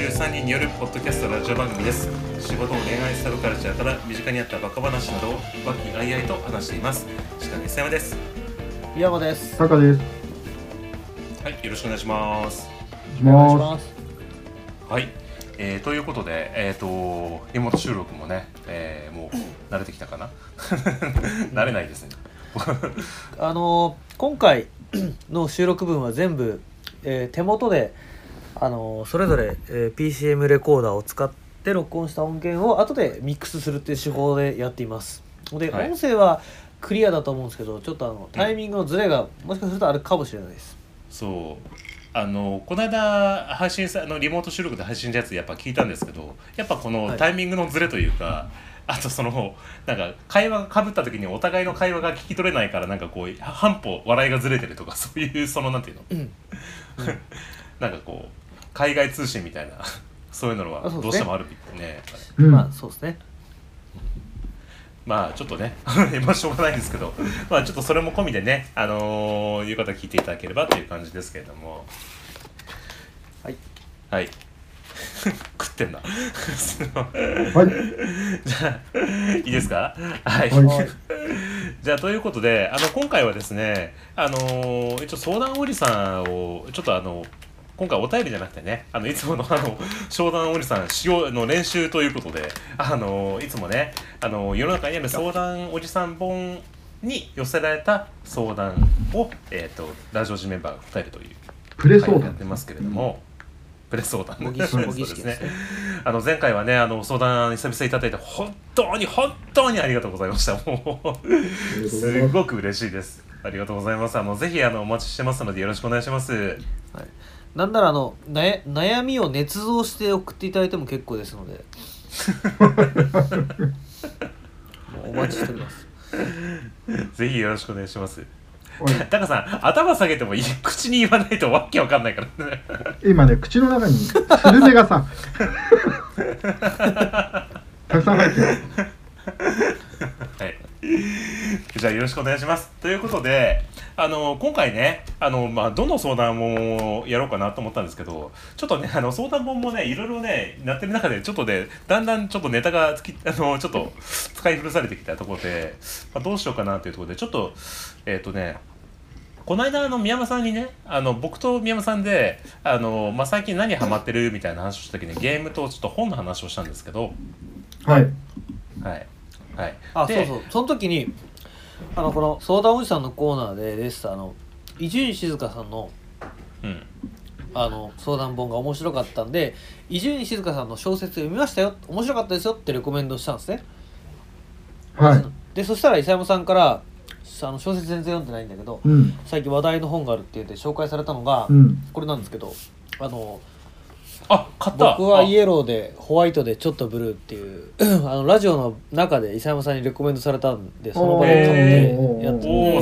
33人によるポッドキャストラジオ番組です。仕事、恋愛、サブカルチャーから身近にあったバカ話などを和気あいあいと話しています。石川磯山です。 山です。 タカです。 はい、よろしくお願いします。 お願いします。 はい、ということで、リモート収録もね、もう慣れてきたかな慣れないですね今回の収録分は全部、手元でそれぞれ、PCM レコーダーを使って録音した音源を後でミックスするっていう手法でやっていますで、 はい、 音声はクリアだと思うんですけど、ちょっとタイミングのズレがもしかするとあるかもしれないです。 そうこの間配信リモート収録で配信したやつやっぱ聞いたんですけど、やっぱこのタイミングのズレというか、はい、あとなんか会話がかぶった時にお互いの会話が聞き取れないから、なんかこう半歩笑いがずれてるとか、そういうなんていうの、うんなんかこう海外通信みたいなそういうのはどうしてもあるね。 まあそうですね。 まあちょっとねまあしょうがないんですけど、まあちょっとそれも込みでね、いう方聞いていただければという感じですけれども、 はいはい食ってんなはいじゃあいいですか。はい、 はい、 じゃあということで、今回はですね、一応相談おじさんをちょっと今回お便りじゃなくてね、いつもの相談おじさん使用の練習ということで、いつもね、世の中にある相談おじさん本に寄せられた相談を、ラジオ時メンバーが答えるというプレ相談やってますけれども、プレ相談そうですね。 前回はね、相談久々いただいて本当にありがとうございました。もうすごく嬉しいです。ありがとうございます。ぜひお待ちしてますのでよろしくお願いします。はい、 なんなら悩みを捏造して送っていただいても結構ですのでもうお待ちしております。 ぜひよろしくお願いします。タカさん、頭下げてもいい、口に言わないとわけわかんないからね。 今ね、口の中にスルメがさたくさん入ってる。はい、 じゃあよろしくお願いします。ということで、今回ね、どの相談もやろうかなと思ったんですけど、ちょっとね、相談本もね、いろいろね、なってる中で、ちょっとね、だんだんちょっとネタがちょっと使い古されてきたところで、どうしようかなというところで、ちょっと、この間宮山さんにね、僕と宮山さんで、最近何ハマってるみたいな話をした時に、ゲームとちょっと本の話をしたんですけど、 はい。 はいはい、 そうその時にこの相談おじさんのコーナーで出てた伊集院静香さんの、相談本が面白かったんで、伊集院静香さんの小説読みましたよ、面白かったですよってレコメンドしたんですね。 はい。 でそしたら伊佐山さんから小説全然読んでないんだけど、最近話題の本があるって言って紹介されたのが、これなんですけど、 買った。 僕はイエローでホワイトでちょっとブルーっていうラジオの中で伊佐山さんにレコメンドされたんで、その場で買ってやって、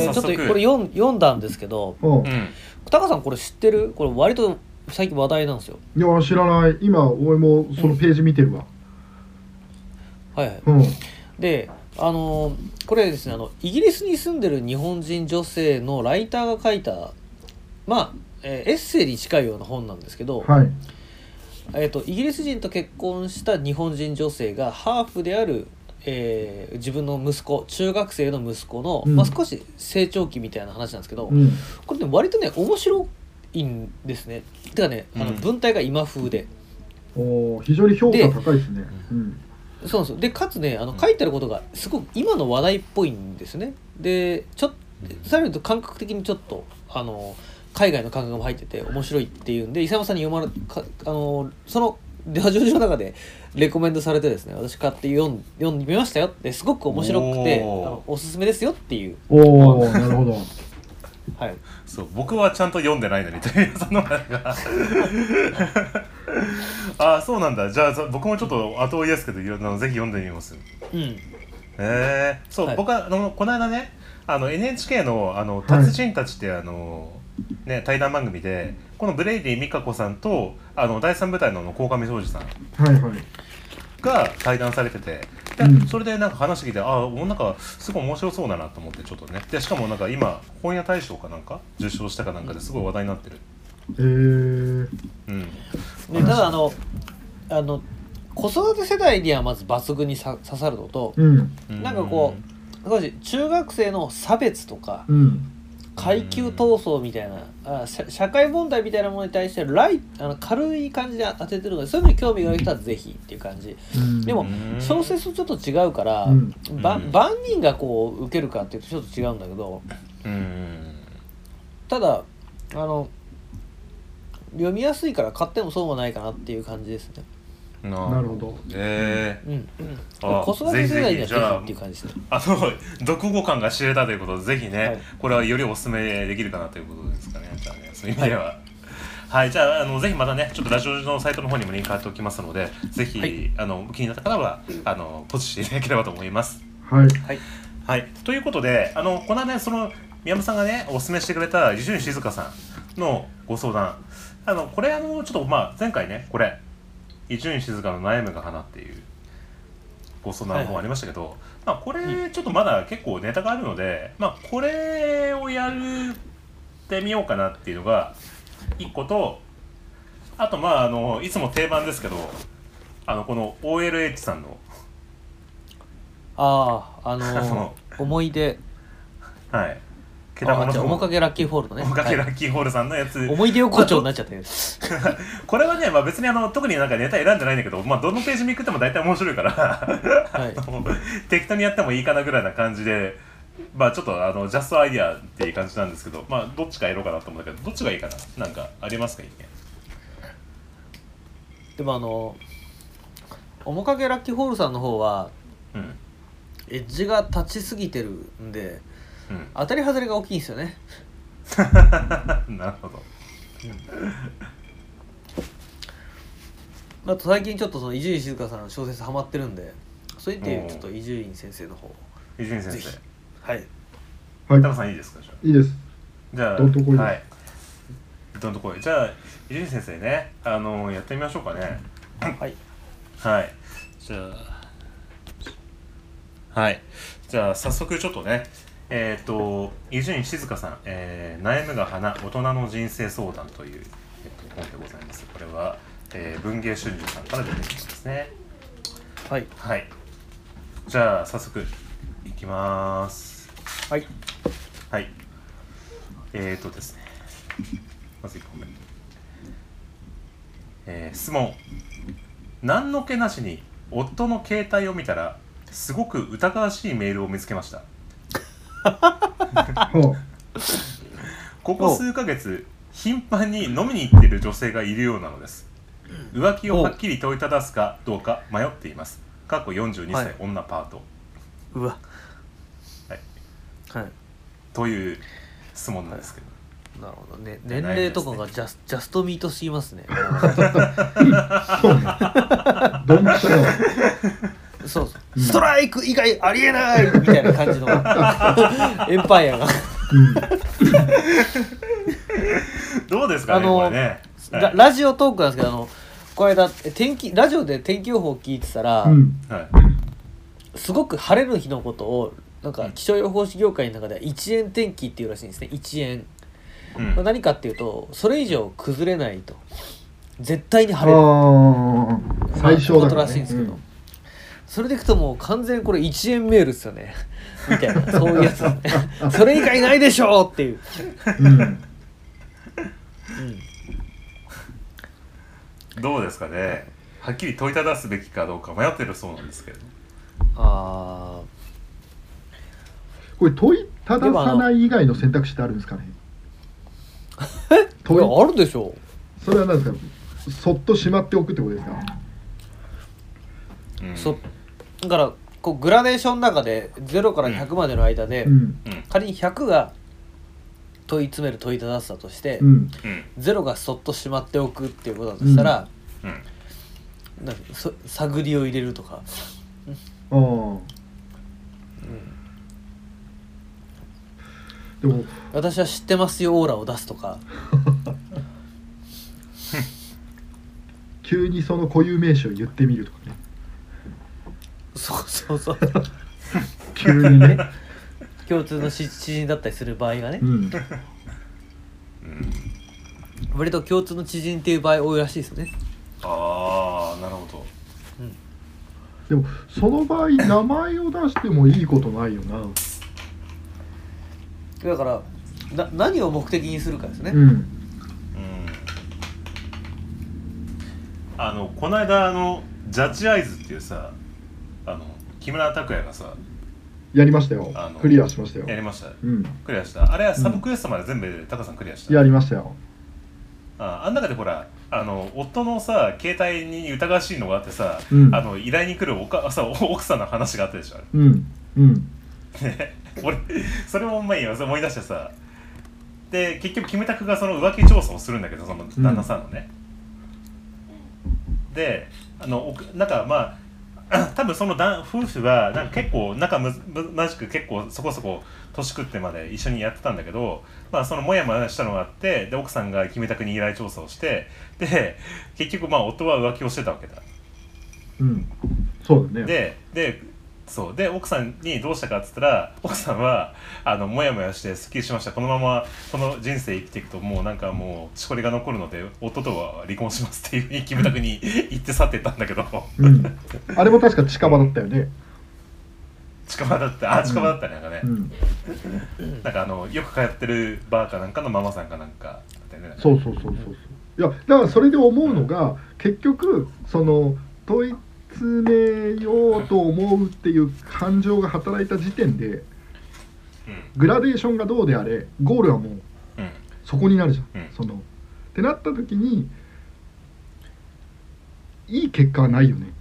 ちょっとこれ読んだんですけど、タカさんこれ知ってる？これ割と最近話題なんですよ。 いや知らない。今俺もそのページ見てるわ。 はいはい。でこれですね、イギリスに住んでる日本人女性のライターが書いたエッセイに近いような本なんですけど、 はい、 イギリス人と結婚した日本人女性がハーフである、自分の息子、中学生の息子の、少し成長期みたいな話なんですけど、これね割とね面白いんですね。てかね、文体が今風で、 非常に評価高いですね。 そうなんですよ。でかつね書いてあることがすごく今の話題っぽいんですね。でさらに言うと感覚的にちょっと海外の感覚も入ってて面白いっていうんで、伊佐山さんにそのラジオの中でレコメンドされてですね、私買って読んでみましたよって、すごく面白くておすすめですよっていう。 なるほど。 はい、 そう僕はちゃんと読んでないのにというそのがそうなんだ。じゃあ僕もちょっと後追いですけど、ぜひ読んでみます。そう、はい、僕はこの間ねNHK の達人たちって対談番組でこのブレイディ・ミカコさんと第三部隊の鴻上尚史さんが対談されてて、それでなんか話聞いて、なんかすごい面白そうだなと思って、ちょっとね、でしかもなんか今本屋大賞かなんか受賞したかなんかですごい話題になってる。 でただ子育て世代にはまず抜群に刺さるのと、なんかこう少し中学生の差別とか、階級闘争みたいな社会問題みたいなものに対して軽い感じで当ててるので、そういうのに興味がある人はぜひっていう感じ。でも小説とちょっと違うから、万人がこう受けるかっていうとちょっと違うんだけど、ただ読みやすいから買っても損はないかなっていう感じですね。 なるほど。 子育て世代にはぜひっていう感じですね。 読後感が知れたということで、ぜひね、 はい、 これはよりお勧めできるかなということですかね。じゃあね、そういう意味では。はい、じゃあ、ぜひまたね、ちょっとラジオのサイトの方にもリンク貼っておきますので、ぜひ、気になった方は、ポチしていただければと思います。 はい。 はい。ということで、このね、宮本さんがね、お勧めしてくれた伊集院静香さんのご相談。これ、ちょっと、前回ね、これ、伊集院静香の悩むが花っていうご相談の方ありましたけど、これちょっとまだ結構ネタがあるので、これをやってみようかなっていうのが1個と、あといつも定番ですけど、この OLH さんの思い出、 はい、 面影ラッキーホールのね、 面影ラッキーホールさんのやつ、 思い出横丁になっちゃってるこれはね、別に特になんかネタ選んでないんだけど、どのページめくっても大体面白いから、適当にやってもいいかなぐらいな感じで、ちょっとジャストアイディアっていう感じなんですけど、どっちかやろうかなと思うんだけど、どっちがいいかな、なんかありますか？ でも面影ラッキーホールさんの方は、エッジが立ちすぎてるんで、当たり外れが大きいんですよね。 なるほど。 あと最近ちょっと伊集院静香さんの小説ハマってるんで、そういってちょっと伊集院先生の方、 伊集院先生、 はい。 タカさんいいですか？ いいです。 じゃあ、 どんとこい。 はい。どんとこい。じゃあ伊集院先生ね、やってみましょうかね。 はい。 はい。じゃあ、はい。じゃあ早速ちょっとね。伊集院静香さん、悩むが花大人の人生相談という、本でございます。これは、文芸春秋さんから出てきますね。 はい。 はい。じゃあ早速いきます。 はい。 はい。ですね。まず1個目。質問。何の気なしに夫の携帯を見たらすごく疑わしいメールを見つけました。ここ数ヶ月頻繁に飲みに行っている女性がいるようなのです。浮気をはっきり問いただすかどうか迷っています。過去42歳、女パート。 うわ、 はい、という質問なんですけど、 なるほどね。年齢とかがジャストミートすぎますね。 ドンピシャだ。 そうストライク以外ありえないみたいな感じのエンパイアがどうですかね、これね。 ラジオトークなんですけど、この間ラジオで天気予報を聞いてたら、すごく晴れる日のことをなんか気象予報士業界の中では一円天気っていうらしいんですね。一円、何かっていうと、それ以上崩れないと、絶対に晴れる最小だことらしいんですけど、それでいくともう完全にこれ1円メールですよねみたいな、そういうやつですねそれ以外ないでしょうっていう、 どうですかね。はっきり問いただすべきかどうか迷ってるそうなんですけど、 これ問いたださない以外の選択肢ってあるんですかね。 いや、あるでしょう。それは何ですか。そっとしまっておくってことですか。 だからこうグラデーションの中で0から100までの間で、仮に100が問い詰める問いただすだとして、0がそっとしまっておくっていうことだとしたら、探りを入れるとか、でも私は知ってますよオーラを出すとか急にその固有名詞を言ってみるとかね。 そう急にね共通の知人だったりする場合がね、割と共通の知人っていう場合多いらしいですね。 ああ、なるほでもその場合名前を出してもいいことないよな。 だから何を目的にするかですね。 この間ジャッジアイズっていうさ木村拓哉がさやりましたよ。クリアしましたよ。 やりました、クリアした。あれはサブクエストまで全部タカさんクリアした。 やりましたよ。 あん中でほら夫のさ携帯に疑わしいのがあってさ、依頼に来る奥さんの話があったでしょ。俺それもいいよ、思い出してさ、で結局キムタクがその浮気調査をするんだけど、その旦那さんのね、でなんかまあ多分その夫婦はなんか結構仲むまじく結構そこそこ年食ってまで一緒にやってたんだけど、まあそのモヤモヤしたのがあって、で奥さんがキムタクに依頼調査をして、で結局まあ夫は浮気をしてたわけだ。 そうだね。 で奥さんにどうしたかっつったら、奥さんはモヤモヤしてすっきりしました、このままこの人生生きていくともうなんかもうしこりが残るので夫とは離婚しますっていうふうにキムタクに言って去っていったんだけど、 あれも確か近場だったよね。近場だったね、なんかね、なんかよく通ってるバーかなんかのママさんかなんかだったよね。そう。いやだからそれで思うのが、結局その問い詰めようと思うっていう感情が働いた時点で、グラデーションがどうであれゴールはもうそこになるじゃん。ってなった時にいい結果はないよね。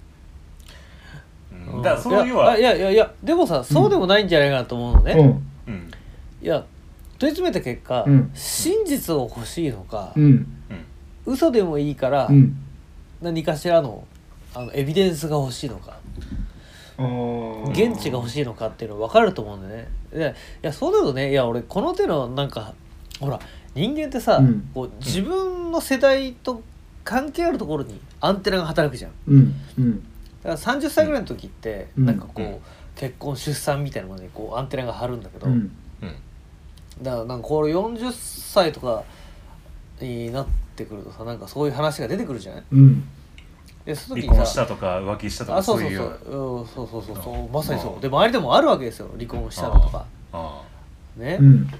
だからその要はいやでもさ、そうでもないんじゃないかなと思うのね。いや問い詰めた結果、真実を欲しいのか、嘘でもいいから、何かしらのエビデンスが欲しいのか、現地が欲しいのかっていうの分かると思うんだよね。いやそうだとね、いや俺この手のなんかほら人間ってさ、こう自分の世代と関係あるところにアンテナが働くじゃん。だから30歳ぐらいの時って、なんかこう結婚出産みたいなものにこうアンテナが張るんだけど、だからなんかこれ40歳とかになってくるとさ、なんかそういう話が出てくるじゃない。でその時にさ、離婚したとか浮気したとかそうまさにそうで、周りでもあるわけですよ、離婚したのとかね、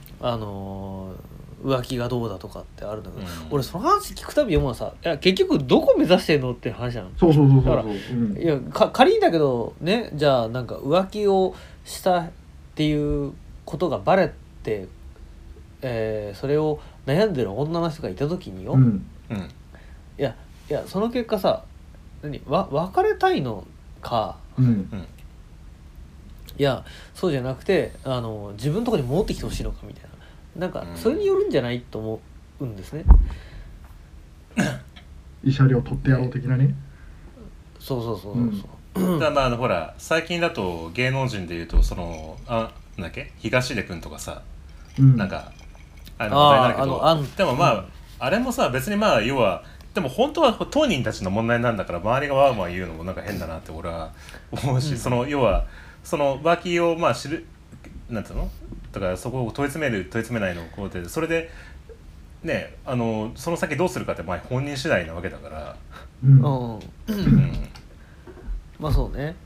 浮気がどうだとかってあるんだけど、俺その話聞くたび思うのはさ、いや結局どこ目指してんのって話なの。だからいや仮にだけどね、じゃあなんか浮気をしたっていうことがバレて、それを悩んでる女の人がいた時によ、いやその結果さ、別れたいのか、いやそうじゃなくて自分のところに戻ってきてほしいのかみたいな、なんかそれによるんじゃないと思うんですね。 慰謝料取ってやろう的なね。 だまあほら最近だと芸能人でいうとなんだっけ東出くんとかさ、なんか問題になるけど、でもまあ、あれもさ別にまあ要はでも本当は当人たちの問題なんだから、周りがワーワー言うのもなんか変だなって俺は思うし、要はその浮気をまあ知るなんていうのだから、そこを問い詰めないのをこうで、それでねその先どうするかってまあ本人次第なわけだから、 まあそうね、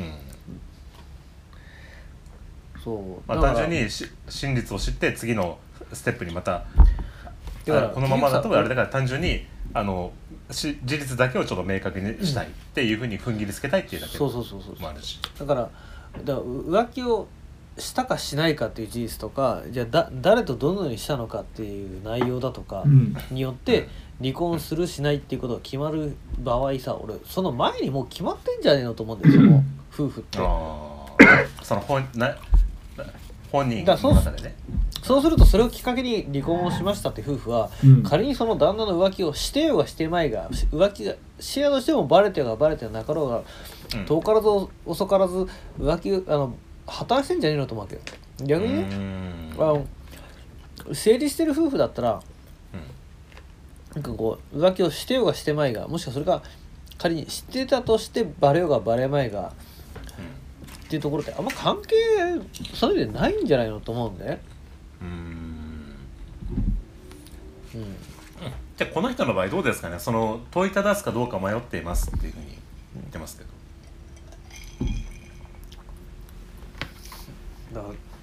そう単純に真実を知って次のステップにまたこのままだとあれだから、単純に事実だけをちょっと明確にしたいっていうふうに踏ん切りつけたいっていうだけもあるし、 だから浮気をしたかしないかっていう事実とか、じゃあ誰とどのようにしたのかっていう内容だとかによって離婚するしないっていうことが決まる場合さ、俺その前にもう決まってんじゃねえのと思うんですよ、その夫婦って。 その本人の中でね。 そうするとそれをきっかけに離婚をしましたって夫婦は、仮にその旦那の浮気をしてようがしてまいが、浮気がしやとしてもバレてようがバレてなかろうが、遠からず遅からず浮気破綻してんじゃねえのと思うわけよ。逆にね、成立してる夫婦だったら、なんかこう浮気をしてようがしてまいが、もしくはそれが仮に知ってたとしてバレようがバレまいが、っていうところってあんま関係そういうのでないんじゃないのと思うんだよ。 じゃあこの人の場合どうですかね、その問いただすかどうか迷っていますっていうふうに言ってますけど、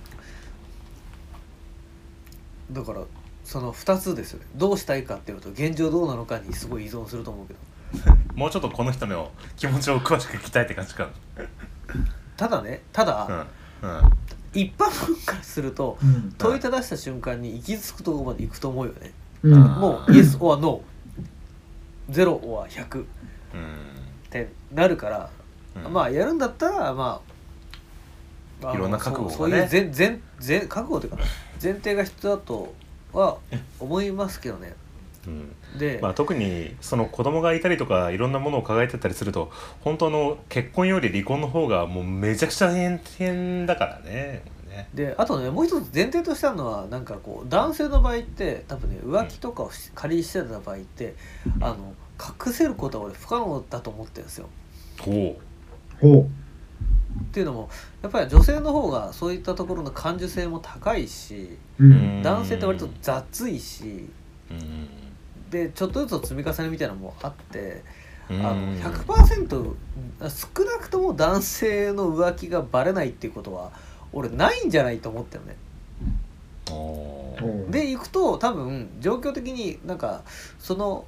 だからその2つですよね。どうしたいかっていうのと現状どうなのかにすごい依存すると思うけどもうちょっとこの人の気持ちを詳しく聞きたいって感じかただ、一般論からすると、問いただした瞬間に行き着くところまで行くと思うよね、もう Yes or No 0 or 100ってなるから、まあやるんだったらいろんな覚悟がね、 そういう覚悟というか前提が必要だとは思いますけどね。で特にその子供がいたりとかいろんなものを抱えてたりすると、本当の結婚より離婚の方がもうめちゃくちゃ変だからね。 であとね、もう一つ前提としてあるのは、なんかこう男性の場合って多分ね、浮気とかを仮にしてた場合って隠せることは俺不可能だと思ってるんですよ。 ほうっていうのもやっぱり女性の方がそういったところの感受性も高いし、男性って割と雑いし、でちょっとずつ積み重ねみたいなのもあって、100% 少なくとも男性の浮気がバレないっていうことは俺ないんじゃないと思ってるね。でいくと多分状況的になんかその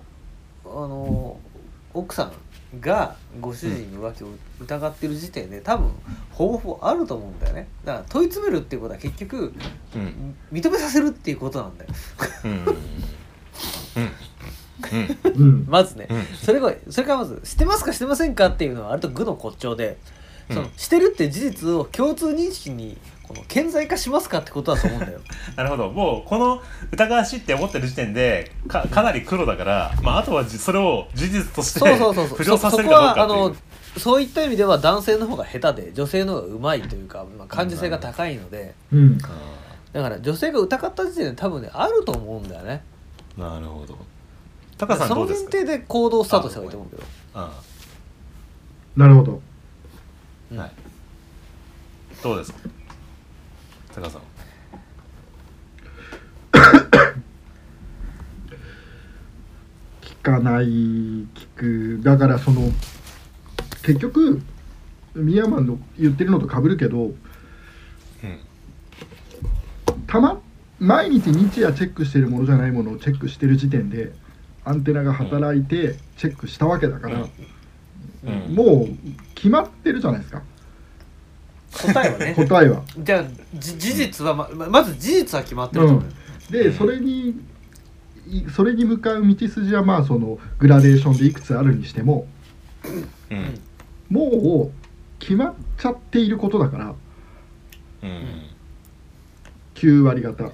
奥さんがご主人の浮気を疑ってる時点で多分ほぼほぼあると思うんだよね。だから問い詰めるっていうことは結局、認めさせるっていうことなんだよまずね、それからまずしてますかしてませんかっていうのはあると愚の骨頂で、そのしてるって事実を共通認識に顕在化しますかってことだと思うんだよなるほど。もうこの疑わしいって思ってる時点で かなり黒だから、あとはそれを事実として浮上させるかどうかっていう。 そういった意味では男性の方が下手で女性の方が上手いというか、感受性が高いので、だから女性が疑った時点で多分ねあると思うんだよね。 なるほど。タカさんどうですか？ その前提で行動スタートした方がいいと思うけど。 なるほど。 はい。どうですか？タカさん。 聞かない、聞く。だからその結局ミヤマンの言ってるのと被るけど、毎日日夜チェックしてるものじゃないものをチェックしてる時点でアンテナが働いてチェックしたわけだから、もう決まってるじゃないですか、 答えはね答えは。 じゃあ事実はまず事実は決まってると思う、 でそれに向かう道筋はそのグラデーションでいくつあるにしても、もう決まっちゃっていることだから、9割方、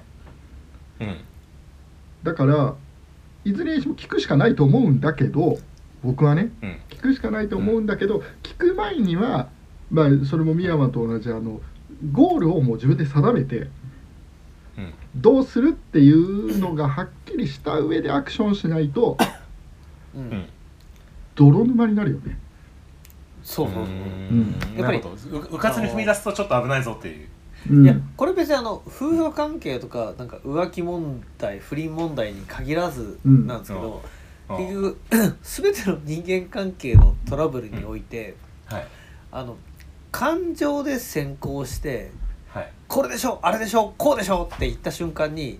だからいずれにしても聞くしかないと思うんだけど、僕はね、聞くしかないと思うんだけど、聞く前には、それも深山と同じゴールをもう自分で定めて、どうするっていうのがはっきりした上でアクションしないと、泥沼になるよね。 そうやっぱりうかつに踏み出すとちょっと危ないぞっていう。 いやこれ別に夫婦関係とかなんか浮気問題不倫問題に限らずなんですけど、結局全ての人間関係のトラブルにおいて、感情で先行して、これでしょあれでしょこうでしょって言った瞬間に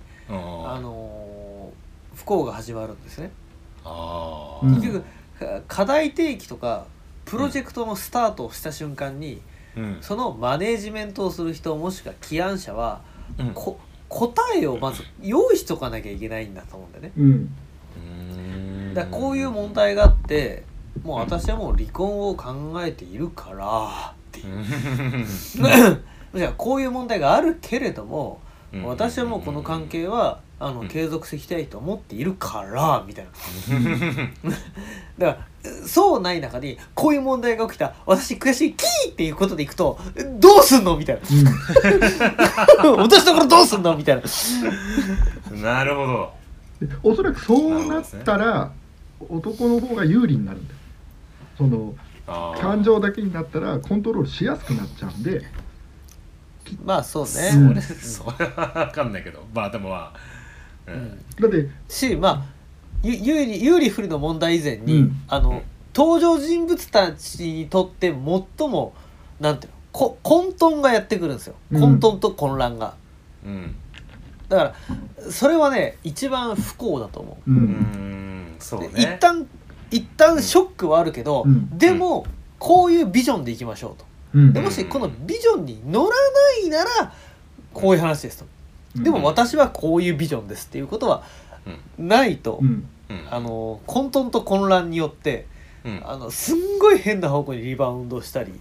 不幸が始まるんですね。結局課題提起とかプロジェクトのスタートをした瞬間に、そのマネージメントをする人もしくは起案者は、答えをまず用意しとかなきゃいけないんだと思うんだよね。だからこういう問題があって、もう私はもう離婚を考えているからっていうじゃあこういう問題があるけれども、私はもうこの関係は継続していきたいと思っているからみたいなだからそうない中にこういう問題が起きた私悔しいキーっていうことでいくとどうすんのみたいな、私のところどうすんのみたいななるほど。 おそらくそうなったら、男の方が有利になるんだよ。その感情だけになったらコントロールしやすくなっちゃうんで。 そうね、 それは分かんないけど、でもだって有利不利の問題以前に、 登場人物たちにとって最もなんていうの混沌がやってくるんですよ、混沌と混乱が、うん、だからそれはね一番不幸だと思う、 そうね、 一旦ショックはあるけど、でもこういうビジョンでいきましょうと、でもしこのビジョンに乗らないならこういう話ですと、でも私はこういうビジョンですっていうことはないと、混沌と混乱によってすんごい変な方向にリバウンドしたり、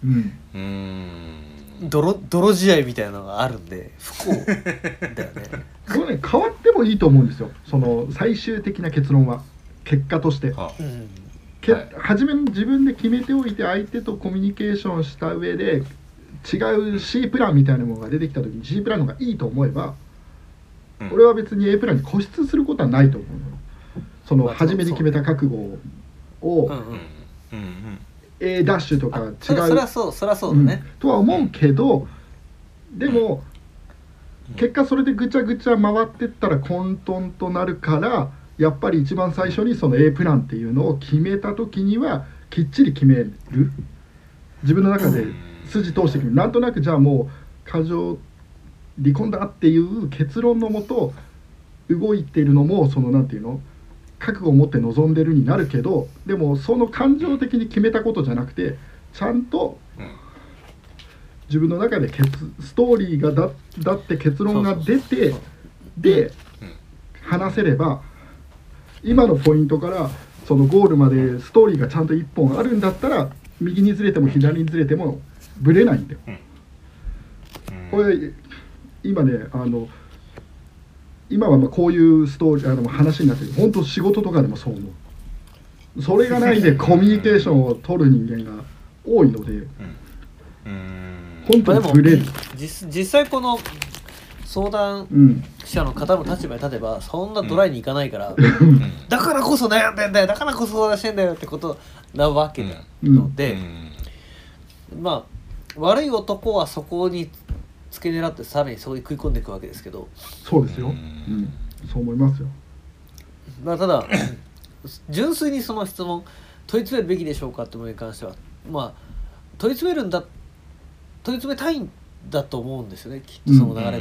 泥試合みたいなのがあるんで不幸だよね。 それね変わってもいいと思うんですよ、その最終的な結論は結果として、初めに自分で決めておいて相手とコミュニケーションした上で違う C プランみたいなものが出てきた時に C プランの方がいいと思えば、俺は別に A プランに固執することはないと思うの。その初めに決めた覚悟をA ダッシュとか違う、 そりゃそうだね、 とは思うけど、でも結果それでぐちゃぐちゃ回ってったら混沌となるから、やっぱり一番最初にその A プランっていうのを決めた時にはきっちり決める、自分の中で筋通してくる、なんとなくじゃあもう過剰離婚だっていう結論のもと動いているのも、そのなんていうの覚悟を持って臨んでるになるけど、でもその感情的に決めたことじゃなくてちゃんと自分の中でストーリーがだって結論が出て、で話せれば今のポイントからそのゴールまでストーリーがちゃんと1本あるんだったら、右にずれても左にずれてもブレないんだよ。これ今ね今はまあこういうストーリー話になってる、本当仕事とかでもそう思う。それがないでコミュニケーションを取る人間が多いので、本当にブレる。 実際この相談者の方の立場に立てばそんなドライにいかないから、だからこそ悩んでんだよ、だからこそ相談してんだよってことなわけなので、まあ悪い男はそこに付け狙ってさらにそう食い込んでいくわけですけど、 そうですよ、そう思いますよ。 まあただ純粋にその質問問い詰めるべきでしょうかってものに関しては、まあ問い詰めたいんだと思うんですよね、きっとその流れって、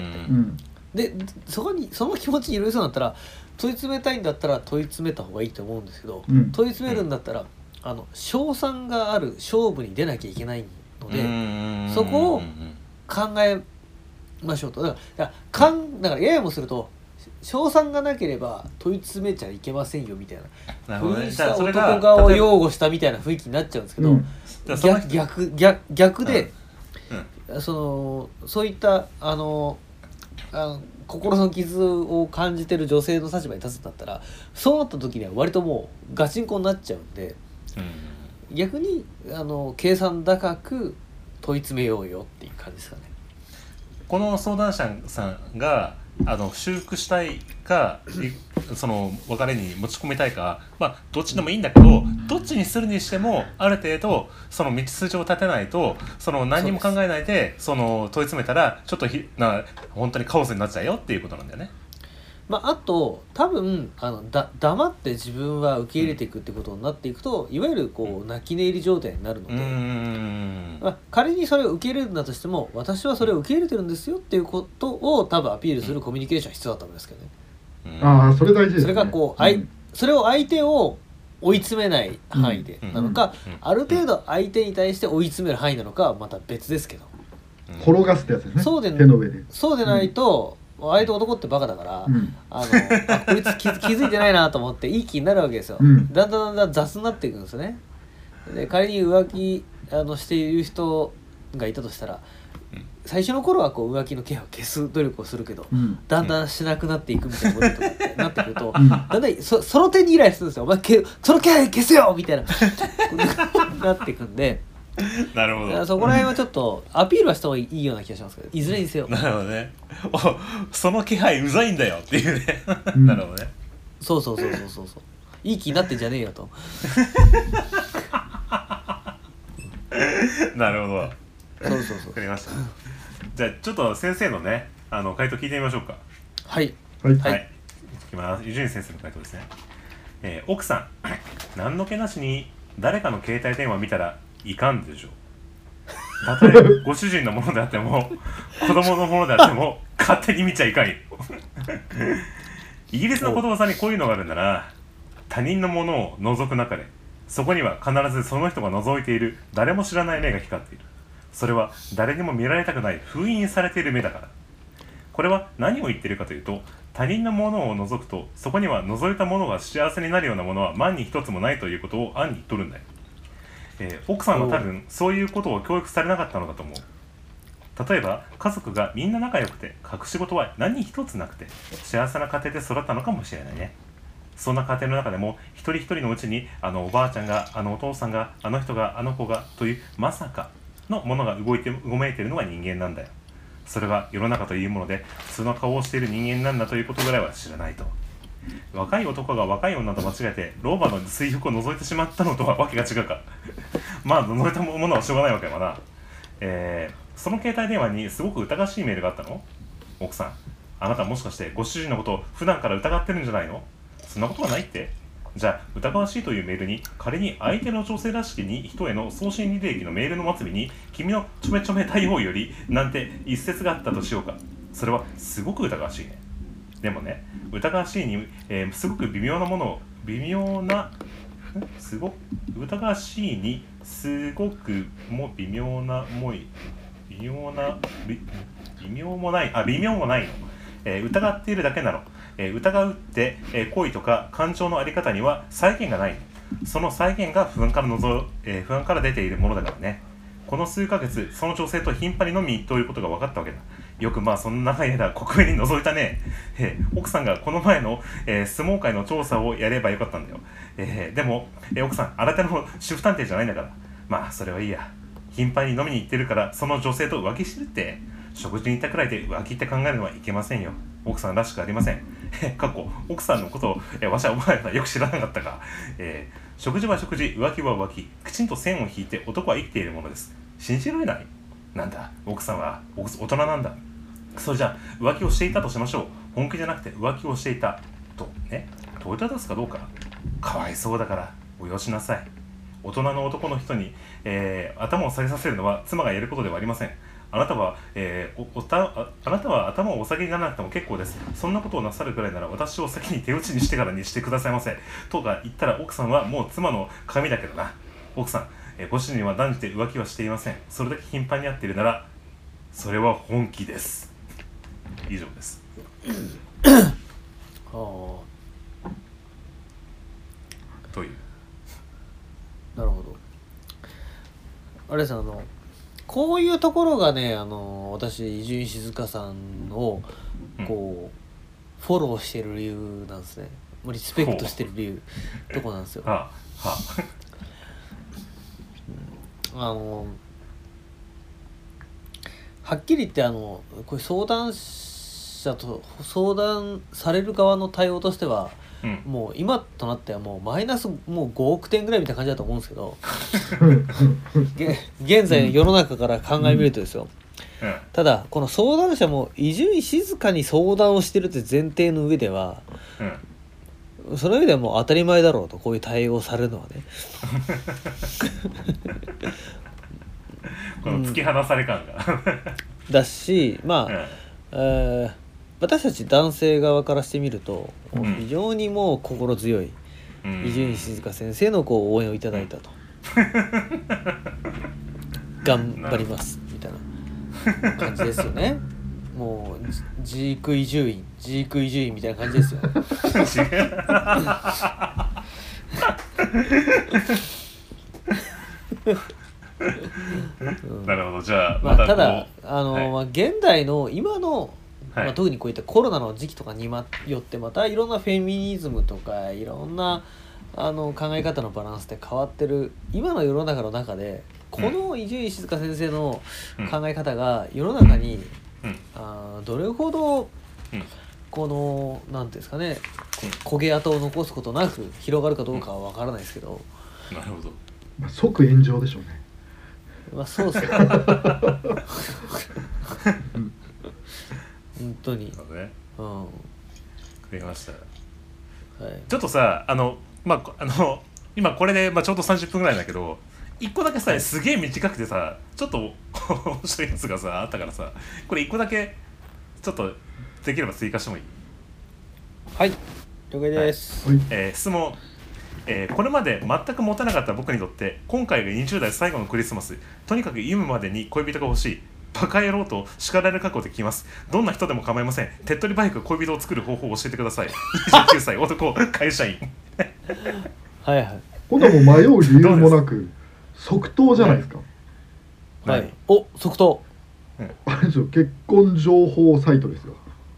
でその気持ちに寄り添うんだったら、問い詰めたいんだったら問い詰めた方がいいと思うんですけど、問い詰めるんだったら勝算がある勝負に出なきゃいけないので、そこを考えましょうと。だからややもすると勝算がなければ問い詰めちゃいけませんよみたいな、不倫した男側を擁護したみたいな雰囲気になっちゃうんですけど、逆で、そういった心の傷を感じてる女性の立場に立つんだったら、そうなった時には割ともうガチンコになっちゃうんで、逆に計算高く問い詰めようよっていう感じですかね。 この相談者さんが修復したいかその別れに持ち込みたいか、まあどっちでもいいんだけど、どっちにするにしてもある程度その道筋を立てないと、その何も考えないでその問い詰めたらちょっと本当にカオスになっちゃうよっていうことなんだよね。 まあ、あと多分黙って自分は受け入れていくってことになっていくと、いわゆるこう泣き寝入り状態になるので、まあ、仮にそれを受け入れるんだとしても、私はそれを受け入れてるんですよっていうことを多分アピールするコミュニケーションが必要だと思うんですけどね。 それ大事ですね。 それがこう、それを相手を追い詰めない範囲でなのか、ある程度相手に対して追い詰める範囲なのかはまた別ですけど、 転がすってやつですね。手の上で。 そうでないと、相手男ってバカだから、こいつ気づいてないなと思っていい気になるわけですよ、だんだん雑になっていくんですよね。で仮に浮気している人がいたとしたら、最初の頃はこう浮気の気配を消す努力をするけど、だんだんしなくなっていくみたいなこととかってなってくると、だんだんその点にイライラするんですよ。お前その気配消せよみたいななっていくんでなるほど。 そこら辺はちょっとアピールはした方がいいような気がしますけど、いずれにせよ。 なるほどね。その気配うざいんだよっていうね。なるほどね。 そういい気になってんじゃねえよと。 なるほど。 そうわかりました。じゃあちょっと先生のね回答聞いてみましょうか。 はい。 いきます。伊集院先生の回答ですね。奥さん、何の気なしに誰かの携帯電話見たらいかんでしょ。たとえご主人のものであっても子供のものであっても勝手に見ちゃいかんよ。イギリスの言葉さんにこういうのがあるんだな。他人のものを覗く中でそこには必ずその人が覗いている誰も知らない目が光っている。それは誰にも見られたくない封印されている目だから。これは何を言っているかというと、他人のものを覗くとそこには覗いたものが幸せになるようなものは万に一つもないということを暗に取るんだよ。奥さんは多分そういうことを教育されなかったのだと思う。例えば家族がみんな仲良くて隠し事は何一つなくて幸せな家庭で育ったのかもしれないね。そんな家庭の中でも一人一人のうちにあのおばあちゃんがあのお父さんがあの人があの子がというまさかのものがうごめいているのが人間なんだよ。それが世の中というもので普通の顔をしている人間なんだということぐらいは知らないと。若い男が若い女と間違えて老婆の水服を覗いてしまったのとはわけが違うか。まあ覗いたものはしょうがないわけだな。その携帯電話にすごく疑わしいメールがあったの？奥さん、あなたもしかしてご主人のことを普段から疑ってるんじゃないの？そんなことはないって？じゃあ疑わしいというメールに仮に相手の女性らしきに人への送信履歴のメールの末尾に君のちょめちょめ対応よりなんて一節があったとしようか。それはすごく疑わしいね。でもね、疑わしいに、すごく微妙なものを疑わしいにすごくも微妙もないの、疑っているだけなの。疑うって、行為とか感情のあり方には再現がないの。その再現が不安から出ているものだからね。この数ヶ月その女性と頻繁に飲みということが分かったわけだ。よくまあそんな長い間国民に覗いたね。奥さんがこの前の、相撲界の調査をやればよかったんだよ。でも、奥さん新手の主婦探偵じゃないんだから。まあそれはいいや。頻繁に飲みに行ってるからその女性と浮気してるって。食事に行ったくらいで浮気って考えるのはいけませんよ。奥さんらしくありません。奥さんのことを、わしはお前はよく知らなかったが、食事は食事、浮気は浮気、きちんと線を引いて男は生きているものです。信じられない？なんだ、奥さんは大人なんだ。それじゃあ浮気をしていたとしましょう。本気じゃなくて浮気をしていたとね、問いただすかどうか。かわいそうだからおよしなさい。大人の男の人に、頭を下げさせるのは妻がやることではありません。あなたは頭をお下げにならなくても結構です。そんなことをなさるくらいなら私を先に手打ちにしてからにしてくださいませ。とか言ったら奥さんはもう妻の鏡だけどな。奥さん、ご主人は断じて浮気はしていません。それだけ頻繁に会っているならそれは本気です。以上です。という。 なるほど。あれです、こういうところがね、私伊集院静香さんをこう、フォローしてる理由なんですね。リスペクトしてる理由とこなんですよ。はっきり言ってこういう相談者と相談される側の対応としては、もう今となってはもうマイナスもう5億点ぐらいみたいな感じだと思うんですけど現在の世の中から考えみるとですよ、ただこの相談者も伊集院静かに相談をしてるって前提の上では、その上ではもう当たり前だろうと、こういう対応されるのはねこの突き放され感がだし、まあ、私たち男性側からしてみると、非常にもう心強い伊集院静香先生のこう応援をいただいたと頑張りますみたいな感じですよね。もうジーク伊集院みたいな感じですよなるほど。じゃあ、 ただ現代の今の特にこういったコロナの時期とかによってまたいろんなフェミニズムとかいろんな考え方のバランスで変わってる今の世の中の中で、この伊集院静香先生の考え方が世の中に、どれほどこのなんていうんですかね、焦げ跡を残すことなく広がるかどうかは分からないですけど、 なるほど。 即炎上でしょうね。 そうですね本当に。 わかりました。 はい、 ちょっとさ、 今これで、ちょうど30分ぐらいだけど1個だけさすげえ短くてさちょっと面白いやつがさあったからさこれ1個だけちょっとできれば追加してもいい？ はい了解です、 はい質問、これまで全く持たなかった僕にとって今回が20代最後のクリスマス。とにかく今までに恋人が欲しい。バカ野郎と叱られる覚悟で聞きます。どんな人でも構いません。手っ取り早く恋人を作る方法を教えてください。29歳男会社員はいはい今度はもう迷う理由もなく即答じゃないですか。 はい、お即答あれですよ、結婚情報サイトですよ。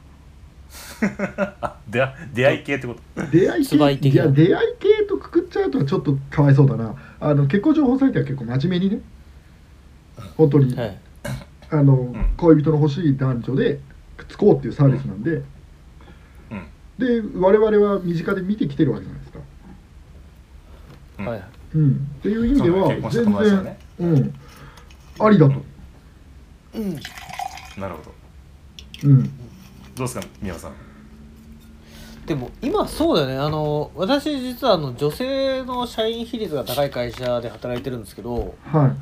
あ、出会い系ってこと？ 出会い系、いや出会い系とくくっちゃうとちょっとかわいそうだな。結婚情報サイトは結構真面目にね、本当に、はい、恋人の欲しい男女でくっつこうっていうサービスなんで、で我々は身近で見てきてるわけじゃないですか。 はい、 っていう意味では全然、ありだと。 なるほど。どうですか宮尾さん。 でも今そうだよね。私実は女性の社員比率が高い会社で働いてるんですけど、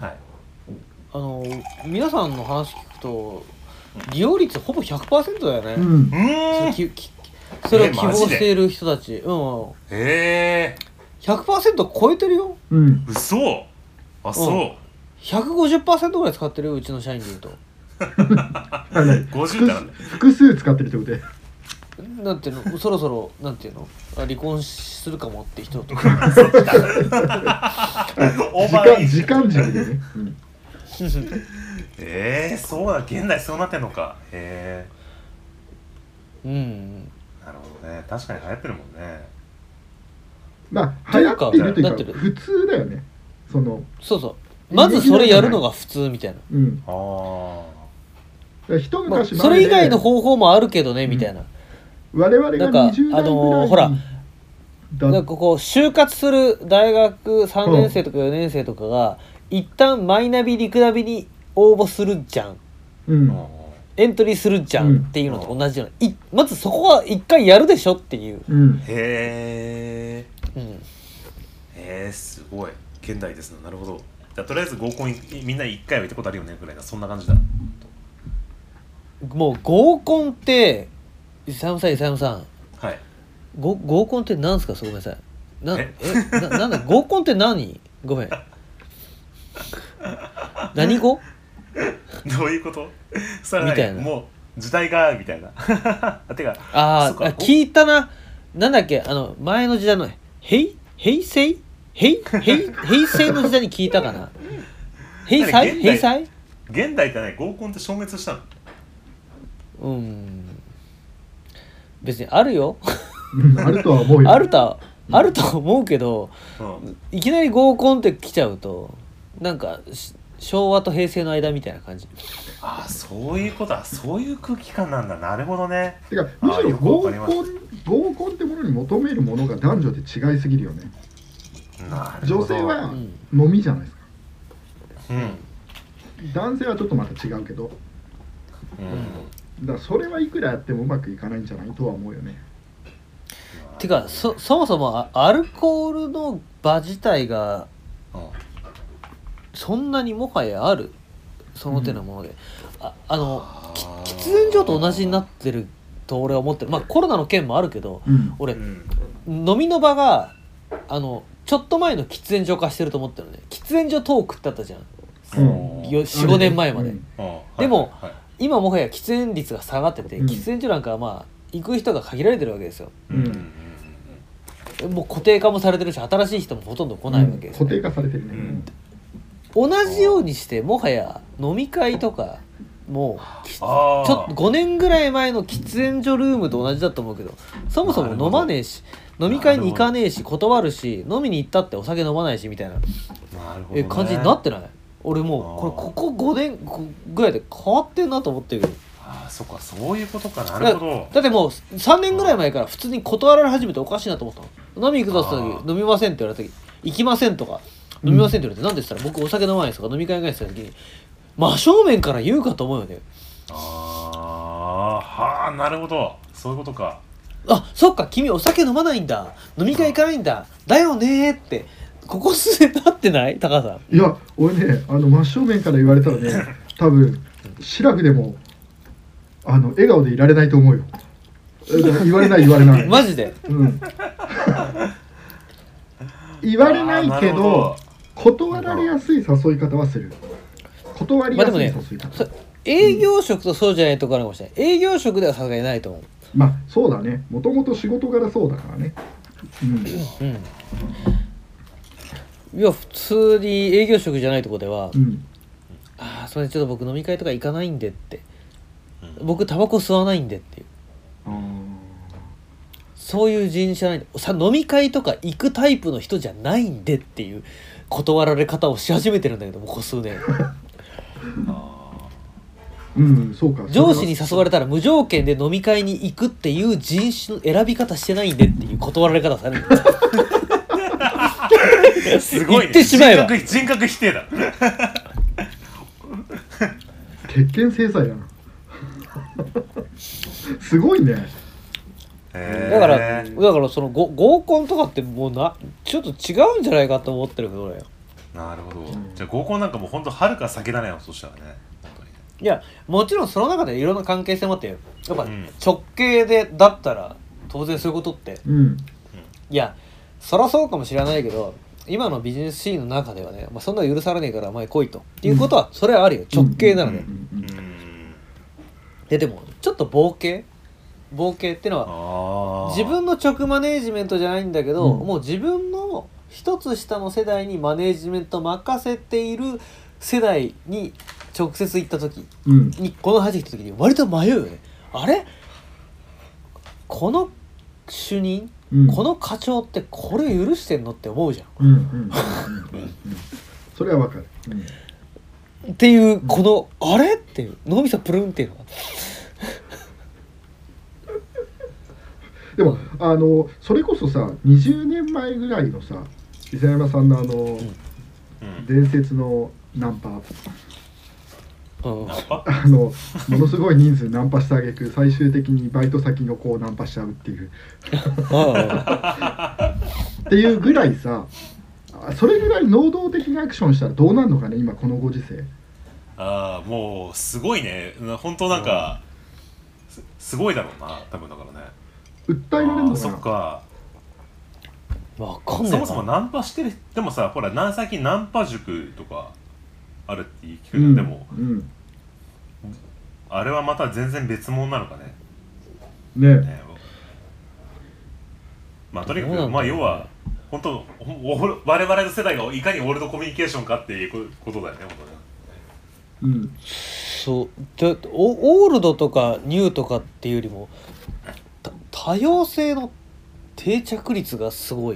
皆さんの話聞くと利用率ほぼ 100% だよね。それを希望している人たち、100% 超えてるよ。 嘘。あ、そう。 150% ぐらい使ってるよ、うちの社員でいうと。 50からね。 複数使ってる人で。 なんていうの、そろそろなんていうの、離婚するかもって人とか。 時間軸でね。 そうだ、現代そうなってんのか。なるほどね。確かに流行ってるもんね。 まあ流行ってるというか普通だよね。そうまずそれやるのが普通みたいな。 一昔前でそれ以外の方法もあるけどねみたいな。 我々が20代ぐらいほらなんかこう就活する大学3年生とか4年生とかが一旦マイナビリクナビに応募するじゃん、エントリーするじゃんっていうのと同じような、まずそこは一回やるでしょっていう、 すごい現代ですね。なるほど。じゃあとりあえず合コンみんな1回は行ったことあるよねぐらいな、そんな感じだ。 もう合コンって伊佐さん、 はい、 合コンって何すか？ごめんなさい。なんだ合コンって何？ごめん。何語？ どういうこと？ みたいな。 もう時代がみたいな。てか聞いたな。なんだっけ、前の時代の平成の時代に聞いたかな。平成？ 現代ってね、合コンって消滅したの？ 別にあるよ。 あるとは思うよ。 あると思うけど、いきなり合コンって来ちゃうとなんか昭和と平成の間みたいな感じ。 ああ、そういうことはそういう空気感なんだ。なるほどね。 てかむしろ合コンってものに求めるものが男女で違いすぎるよね。女性は飲みじゃないですか。男性はちょっとまた違うけど、だからそれはいくらやってもうまくいかないんじゃないとは思うよね。 てかそもそもアルコールの場自体がそんなにもはやあるその手のもので、喫煙所と同じになってると俺は思ってる。まあコロナの件もあるけど、俺、飲みの場がちょっと前の喫煙所化してると思ってるね。喫煙所トークってあったじゃん、4,5 年前まで。でも、今もはや喫煙率が下がってて、喫煙所なんかはまあ行く人が限られてるわけですよ。もう固定化もされてるし、新しい人もほとんど来ないわけです、 固定化されてるね。 同じようにしてもはや飲み会とかもうちょっと5年ぐらい前の喫煙所ルームと同じだと思うけど、そもそも飲まねえし飲み会に行かねえし断るし、飲みに行ったってお酒飲まないしみたいな感じになってない？俺もうここ5年ぐらいで変わってんなと思ってるけど。 そっか、そういうことか。なるほど。 だってもう3年ぐらい前から普通に断られ始めておかしいなと思ったの。飲み行くぞって言った時、飲みませんって言われた時、行きませんとか飲みませんって言われて、なんでしたら僕お酒飲まないですとか飲み会がないですって言った時に真正面から言うかと思うよね。 なるほど、そういうことか。 そっか、君お酒飲まないんだ、飲み会行かないんだ、だよねってここ数年なってない高さん。 いや俺ね真正面から言われたらね多分シラフでも笑顔でいられないと思うよ。言われないマジで、 うん、言われないけど断られやすい誘い方はする。断りやすい誘い方、 営業職とそうじゃないところあるかもしれない。営業職ではさすがにないと思う。 まあそうだね、もともと仕事柄そうだからね。 うん、いや普通に営業職じゃないところでは、ああそれちょっと僕飲み会とか行かないんでって、僕タバコ吸わないんでっていう、そういう人種じゃないさ、飲み会とか行くタイプの人じゃないんでっていう断られ方をし始めてるんだけども、ここ数年そうか。 上司に誘われたら無条件で飲み会に行くっていう人種の選び方してないんでっていう断られ方されるんですすごいね。 言ってしまえば人格否定だ。 鉄拳制裁だな。すごいね。 だからその合コンとかってもうちょっと違うんじゃないかと思ってるけど俺。 なるほど。じゃあ合コンなんかもう本当はるか先だねよ、そしたらね。 いやもちろんその中でいろんな関係性もあって、やっぱ直系でだったら当然そういうことって、いやそりゃそうかもしれないけど、今のビジネスシーンの中ではね、そんな許されねえからお前来いとっていうことはそれはあるよ、直系なので。でもちょっと冒険ってのは自分の直マネージメントじゃないんだけど、もう自分の一つ下の世代にマネージメント任せている世代に直接行った時に、この話来た時に割と迷うよね。あれこの主任、この課長ってこれ許してんのって思うじゃん。 それはわかる、 っていうこのあれっていう脳みそプルンっていうのがでもそれこそさ20年前ぐらいのさ伊佐山さんの伝説のナンパ、ものすごい人数ナンパしてあげく最終的にバイト先の子をナンパしちゃうっていうっていうぐらいさ、それぐらい能動的なアクションしたらどうなるのかね今このご時世。 もうすごいね、本当なんか、すごいだろうな多分。だからね訴えられるのかな。 そっか、 わかんない。 そもそもナンパしてる。でもさほら最近ナンパ塾とかあるって言い聞くじゃん。でも、あれはまた全然別物なのかね。とにかく要は本当我々の世代がいかにオールドコミュニケーションかっていうことだよね本当ね。 そうでオールドとかニューとかっていうよりも多様性の定着率がすごい、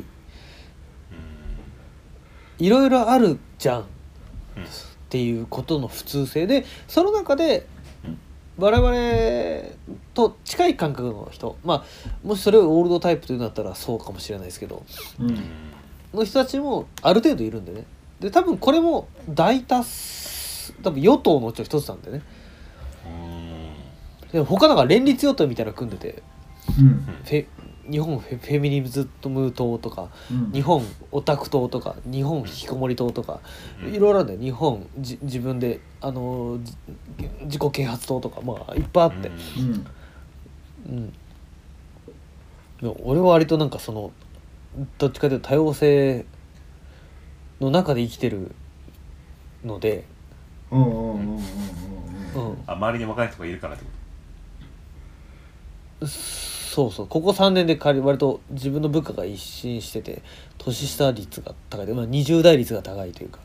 いろいろあるじゃんっていうことの普通性で、その中で我々と近い感覚の人、もしそれをオールドタイプというんだったらそうかもしれないですけど、の人たちもある程度いるんでね。で多分これも大多数多分与党のうちの一つなんでね。で他なんか連立与党みたいなの組んでて、日本フェミニズム党とか、日本オタク党とか、日本引きこもり党とか、いろいろあるんだよ。日本自分で自己啓発党とかいっぱいあって、俺は割となんかそのどっちかというと多様性の中で生きてるので、 周りに若い人がいるからってこと。 そうここ3年で割と自分の部下が一新してて、年下率が高い、20代率が高いというか。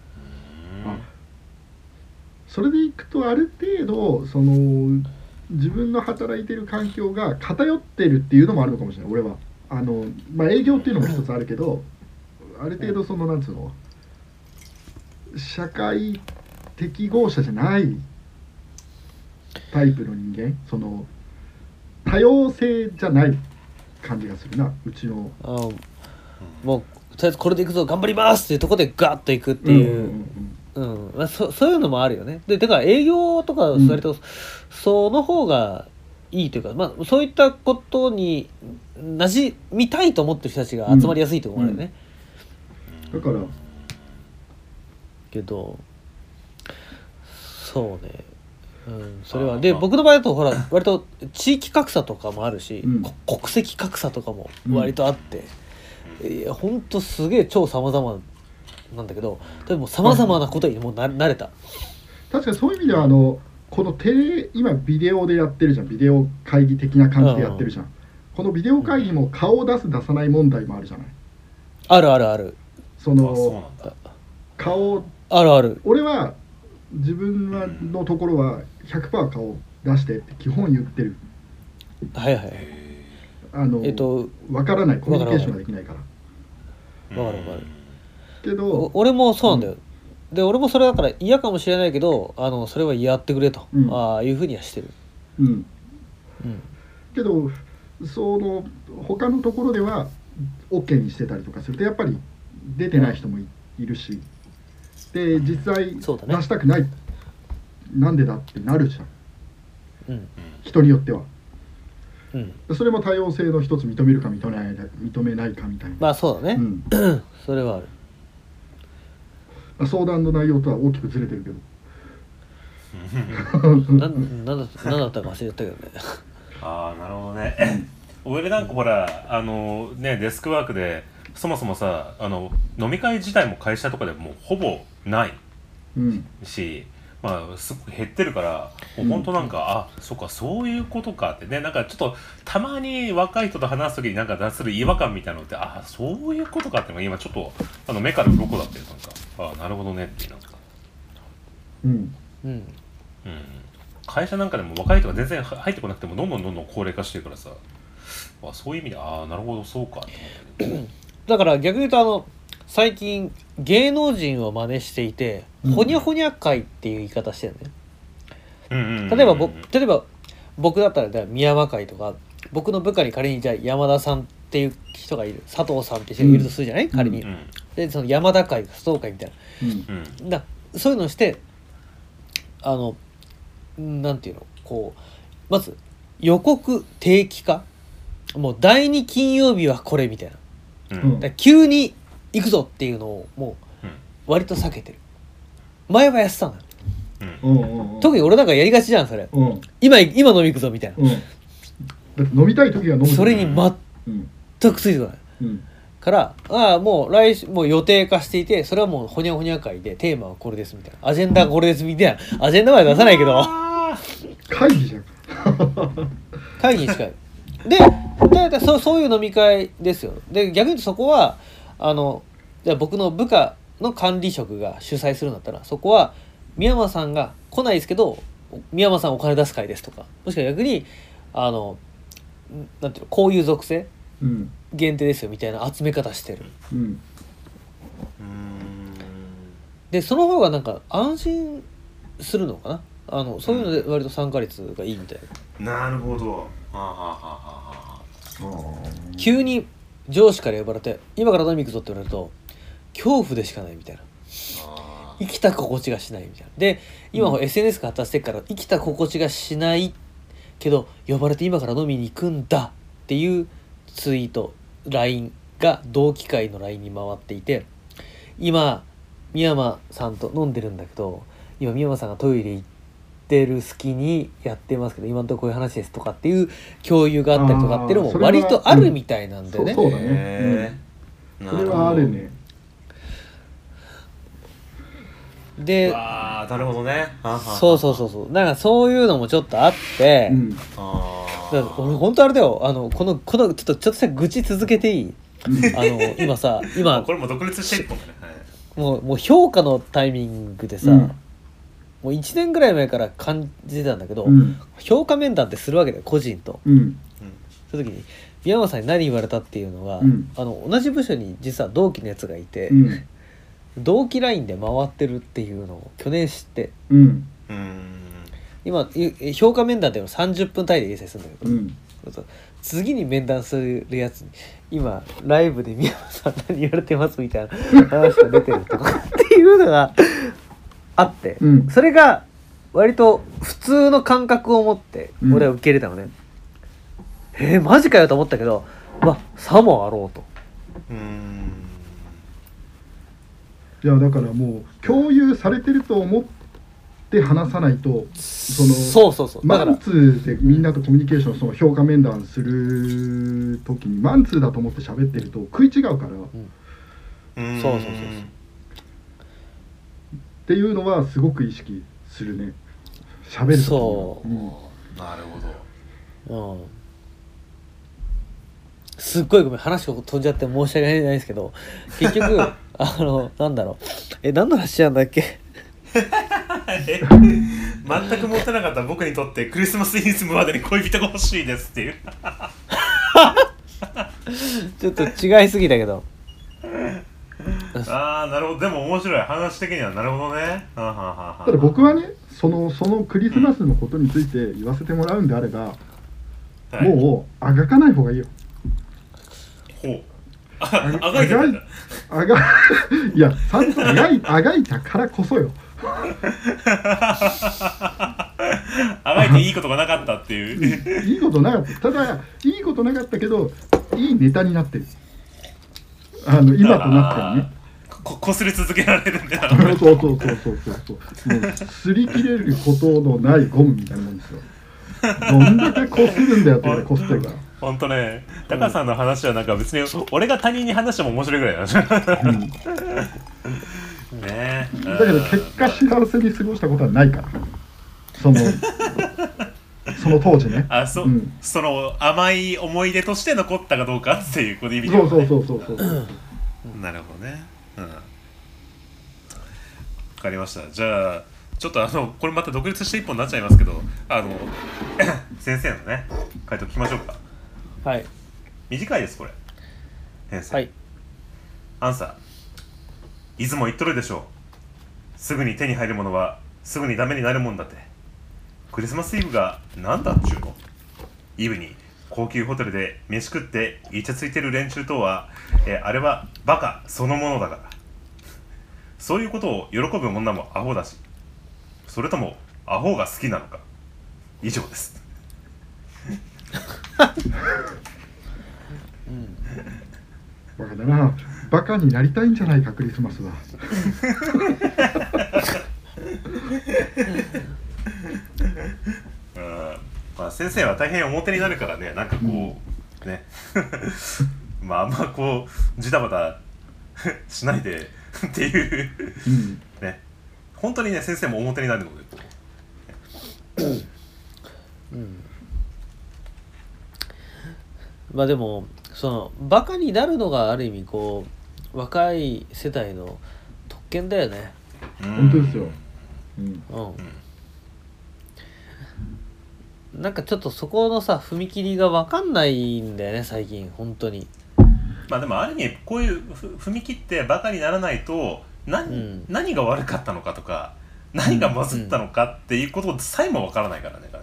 それでいくとある程度その自分の働いてる環境が偏ってるっていうのもあるのかもしれない。俺は営業っていうのも一つあるけど、ある程度そのなんつうの社会適合者じゃないタイプの人間、その多様性じゃない感じがするな、うちの。もうとりあえずこれでいくぞ頑張りますっていうところでガッといくっていう、そういうのもあるよね。でだから営業とか割とその方がいいというか、そういったことに馴染みたいと思ってる人たちが集まりやすいと思うんだよね。 だからけどそうね、それはあで僕の場合だとほら割と地域格差とかもあるし、国籍格差とかも割とあって、いやほんとすげえ超様々なんだけど、でも様々なことにもう慣れた。 確かにそういう意味ではこの今ビデオでやってるじゃん、ビデオ会議的な感じでやってるじゃん、このビデオ会議も顔を出す出さない問題もあるじゃない。 あるあるある。 そうなんだ。顔あるある。 俺は自分のところは 100% 顔出してって基本言ってる。 はいはい。 分からない、コミュニケーションができないから。 分かる分かるけど俺もそうなんだよ、で俺もそれだから嫌かもしれないけどそれはやってくれと、いうふうにはしてる。 けど他のところでは OK にしてたりとかするとやっぱり出てない人も いるし、で実際出したくない、なんでだってなるじゃん、人によっては、それも多様性の一つ認めるか認めないかみたいな。 まあそうだね、それはある。 相談の内容とは大きくずれてるけどなんだったか忘れちゃったけどねああなるほどね俺なんかほらデスクワークでそもそもさ飲み会自体も会社とかでもうほぼないし、まあすごく減ってるからもう本当なんか、そっかそういうことかってね、なんかちょっとたまに若い人と話す時になんか出する違和感みたいなのってそういうことかっていうのが今ちょっと目から鱗だっていうなんかなるほどねっていうなんか会社なんかでも若い人が全然入ってこなくてもどんどん高齢化してるからさ、そういう意味でなるほどそうかって思ったけどだから逆に言うと最近芸能人を真似していて、ほにゃほにゃ会っていう言い方してるね。例えば僕だったら宮山会とか、僕の部下に仮にじゃあ山田さんっていう人がいる、佐藤さんっていう人がいるとするじゃない、仮に。でその山田会、佐藤会みたいな。そういうのをしてなんていうのこうまず予告定期化、もう第2金曜日はこれみたいな、だ急に行くぞっていうのをもう割と避けてる。前はやってたのよ、特に俺なんかやりがちじゃんそれ、今飲み行くぞみたいな、 だって飲みたい時は飲む、 それに全くついてこない、からもう予定化していて、それはもうほにゃほにゃ会でテーマはこれですみたいな、アジェンダがこれですみたいな、アジェンダまで出さないけど会議じゃん会議に近いでそういう飲み会ですよ。で逆に言うとそこはじゃあ僕の部下の管理職が主催するんだったら、そこは宮山さんが来ないですけど宮山さんお金出す会ですとか、もしくは逆になんていうの、こういう属性、限定ですよみたいな集め方してる、でその方がなんか安心するのかな、そういうので割と参加率がいいみたいな。なるほど。 急に上司から呼ばれて今から飲み行くぞって言われると恐怖でしかないみたいな、生きた心地がしないみたいな。で今は SNS が発達してるから生きた心地がしないけど呼ばれて今から飲みに行くんだっていうツイート LINE が同期会の LINE に回っていて、今宮山さんと飲んでるんだけど今宮山さんがトイレ行ってる隙にやってますけど今のところこういう話ですとかっていう共有があったりとかっていうのも割とあるみたいなんだよね。 そうだね、それはあるね。 でなるほどね。 そうなんかそういうのもちょっとあって、だから俺本当あれだよ、このちょっとした愚痴続けていい今これも独立してるもんね、 もう評価のタイミングでさ、もう1年ぐらい前から感じてたんだけど、評価面談ってするわけだよ個人と、その時に宮山さんに何言われたっていうのが、同じ部署に実は同期のやつがいて、同期ラインで回ってるっていうのを去年知って、今評価面談っていうの30分単位で掲載するんだけど、次に面談するやつに今ライブで宮山さん何言われてますみたいな話が出てるとかっていうのがあって、それが割と普通の感覚を持って俺は受け入れたのね、マジかよと思ったけどさもあろうと、 いやだからもう共有されてると思って話さないと、 そうマンツーでみんなとコミュニケーション、その評価面談する時にマンツーだと思って喋ってると食い違うから、 そうっていうのはすごく意識するね、喋ると。 そう、 なるほど。 すっごいごめん、話が飛んじゃって申し訳ないですけど、結局なんだろう、何の話なんだっけ全く持ってなかった僕にとってクリスマスイズムまでに恋人が欲しいですっていうちょっと違いすぎだけどああなるほど。でも面白い話的には。なるほどね。 ただ僕はね、そのクリスマスのことについて言わせてもらうんであれば、もうあがかない方がいいよ。 ほう。あがいてたんだ。 いや、ちゃんとあがいたからこそよ。 あがいていいことがなかったっていういいことなかった。ただいいことなかったけど、いいネタになってる。今となってはね。 こすり続けられるんだよ。 そう。もう擦り切れることのないゴムみたいなもんですよ。どんだけこするんだよって言うからこすってるから。 ほんとね、タカさんの話はなんか別に俺が他人に話しても面白いぐらいだね。 だけど結果幸せに過ごしたことはないから、その当時ね。 その甘い思い出として残ったかどうかっていうこと意味で、 そう。 なるほどね。わかりました。じゃあちょっとこれまた独立して一本になっちゃいますけど、先生のね回答聞きましょうか。 はい。 短いですこれ。先生。 はい。 アンサー。いつも言っとるでしょう。すぐに手に入るものはすぐにダメになるもんだって。クリスマスイブがなんだっちゅうの。イブに高級ホテルで飯食ってイチャついてる連中とは、あれはバカそのものだから。そういうことを喜ぶ女もアホだし、それともアホが好きなのか。以上です。 バカだな。バカになりたいんじゃないかクリスマスは。 まあ、先生は大変表になるからね、なんかこう、ねまああんまこうジタバタしないでっていう、ね、本当にね先生も表になるのでこう、 まあでもバカになるのがある意味こう若い世代の特権だよね。 本当ですよ。 なんかちょっとそこのさ踏み切りが分かんないんだよね最近本当に。 まあでもある意味こういう踏み切ってバカにならないと何が悪かったのかとか何がまずったのかっていうことさえも分からないからね。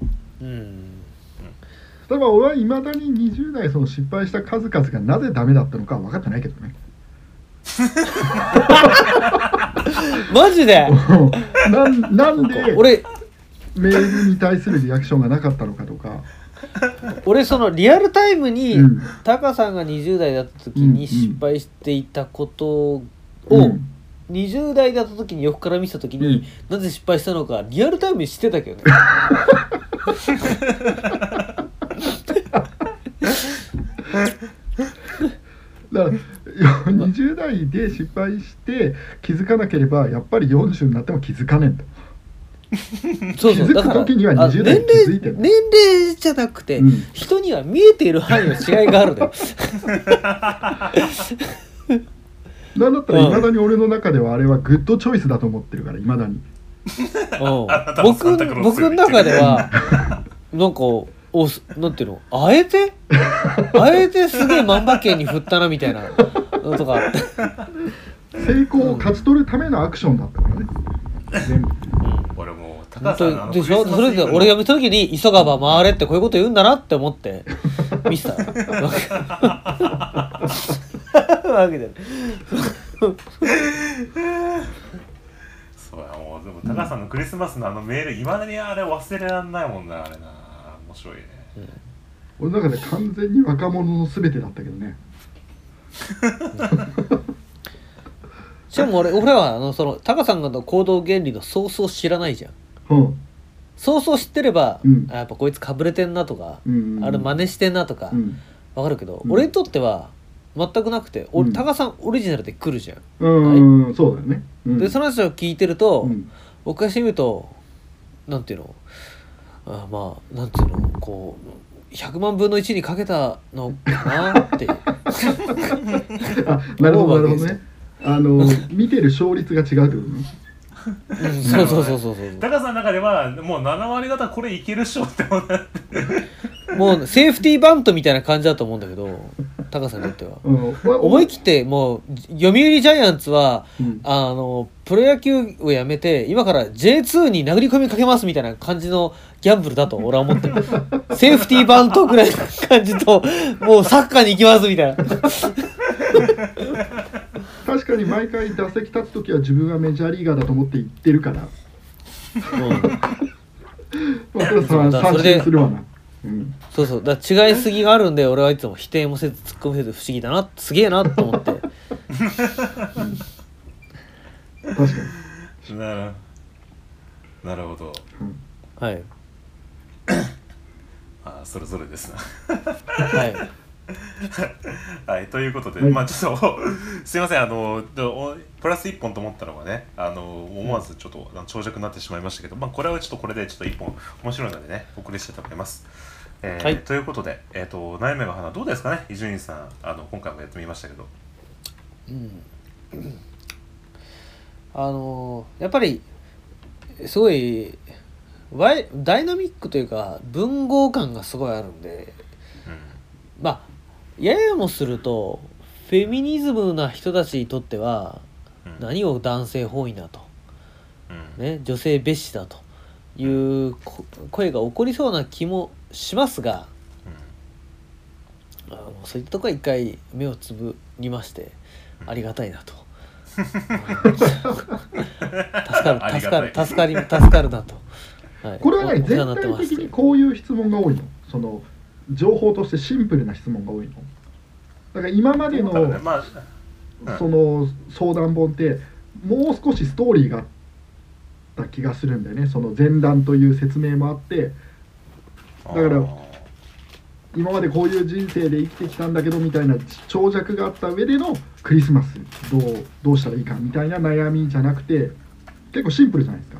例えば俺はいまだに20代その失敗した数々がなぜダメだったのかは分かってないけどね。 マジでなんで俺メールに対するリアクションがなかったのかとか。 俺そのリアルタイムにタカさんが20代だった時に失敗していたことを20代だった時に横から見せた時になぜ失敗したのかリアルタイムに知ってたけどね。 だから20代で失敗して気づかなければやっぱり40になっても気づかねえんだ。 そう気づく時には20代に気づいてる。 年齢じゃなくて、人には見えている範囲の違いがあるんだよ。 なんだったらいまだに俺の中ではあれはグッドチョイスだと思ってるからいまだに。 僕の中ではなんかなんていうのあえてすげえ万馬券に振ったなみたいなのとか成功を勝ち取るためのアクションだったからね。全部。 俺もう高さんでしょ。それで俺が見た時に急がば回れってこういうこと言うんだなって思って見せたわけで。 そうやもうでも高さんのクリスマスのメールいまだにあれ忘れられないもんな。あれな面白いね。 俺の中で完全に若者の全てだったけどね。 しかも俺はそのタカさんの行動原理のソースを知らないじゃん。ソースを知ってれば、やっぱこいつかぶれてんなとか、あれ真似してんなとか、わかるけど、俺にとっては全くなくて、タカさんオリジナルで来るじゃん。 そうだよね。 でその話を聞いてると、僕からしてみるとなんていうの、まあなんていうの、こう100万分の1にかけたのかなってなるほどなるほどね。見てる勝率が違うってことね。 そうタカさんの中ではもう7割方これいけるっしょって思ってもうセーフティーバントみたいな感じだと思うんだけど、タカさんにとっては、思い切ってもう読売ジャイアンツは、プロ野球をやめて今から J2 に殴り込みかけますみたいな感じのギャンブルだと俺は思ってるセーフティーバントぐらいの感じと、もうサッカーに行きますみたいな確かに毎回打席立つときは自分はメジャーリーガーだと思って言ってるから、まあそれは三振するわな。 そうだから違いすぎがあるんで、俺はいつも否定もせず突っ込みせず不思議だな、すげえなと思って確かになるほど、 はいそれぞれですなはいはい、ということで、ちょっとすいません、プラス1本と思ったのがね、思わずちょっと長尺になってしまいましたけど、これはちょっとこれでちょっと1本面白いのでね、お送りしたいと思います。ということで、悩めが花どうですかね、伊集院さん、今回もやってみましたけど。 やっぱりすごいダイナミックというか文豪感がすごいあるんで、ややもするとフェミニズムな人たちにとっては、何を男性本位だと、女性蔑視だという声が起こりそうな気もしますが、そういったところは一回目をつぶりまして、ありがたいなと助かるなと、 これはね、全体的にこういう質問が多いの？その情報としてシンプルな質問が多いの？だから今までのその相談本ってもう少しストーリーがあった気がするんだよね。その前段という説明もあって、だから今までこういう人生で生きてきたんだけどみたいな長尺があった上でのクリスマスどうしたらいいかみたいな悩みじゃなくて、結構シンプルじゃないですか。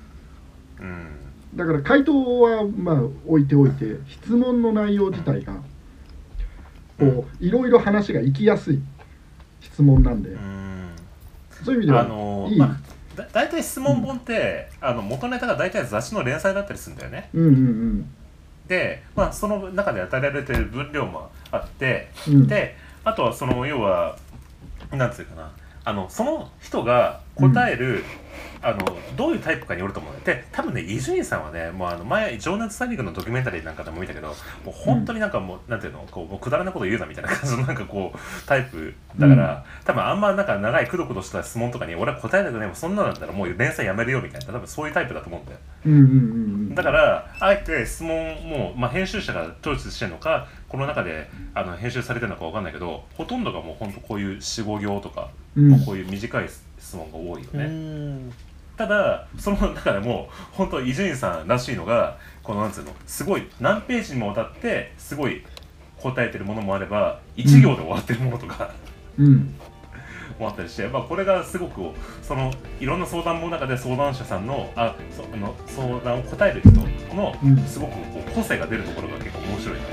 だから回答は置いておいて、質問の内容自体がこういろいろ話が行きやすい質問なんで、そういう意味ではいい。 だいたい質問本って、元ネタが大体雑誌の連載だったりするんだよね。で、その中で与えられてる分量もあって、であとはその要はなんていうかな、その人が答える、どういうタイプかによると思う。で多分ね、伊集院さんはね、もう前情熱大陸のドキュメンタリーなんかでも見たけど、もう本当になんかもう、なんていうの、こうもうくだらないこと言うなみたいな感じのなんかこうタイプだから、多分あんまなんか長いくどくどした質問とかに俺は答えたくないもん、そんなのだったらもう連載やめるよみたいな、多分そういうタイプだと思うんだよ。だからあえて質問も、編集者がチョイスしてるのか、この中で編集されてるのか分かんないけど、ほとんどがもう本当こういう 4,5 行とか、こういう短い質問が多いよね。ただその中でも本当伊集院さんらしいのが、このなんつうの、すごい何ページにもわたってすごい答えてるものもあれば、1行で終わってるものとか、もあったりして、これがすごくそのいろんな相談の中で相談者さんの相談を答える人のすごくこう個性が出るところが結構面白いな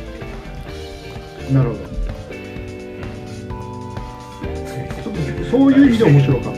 っていう。 なるほど。ちょっとそういう意味で面白かっ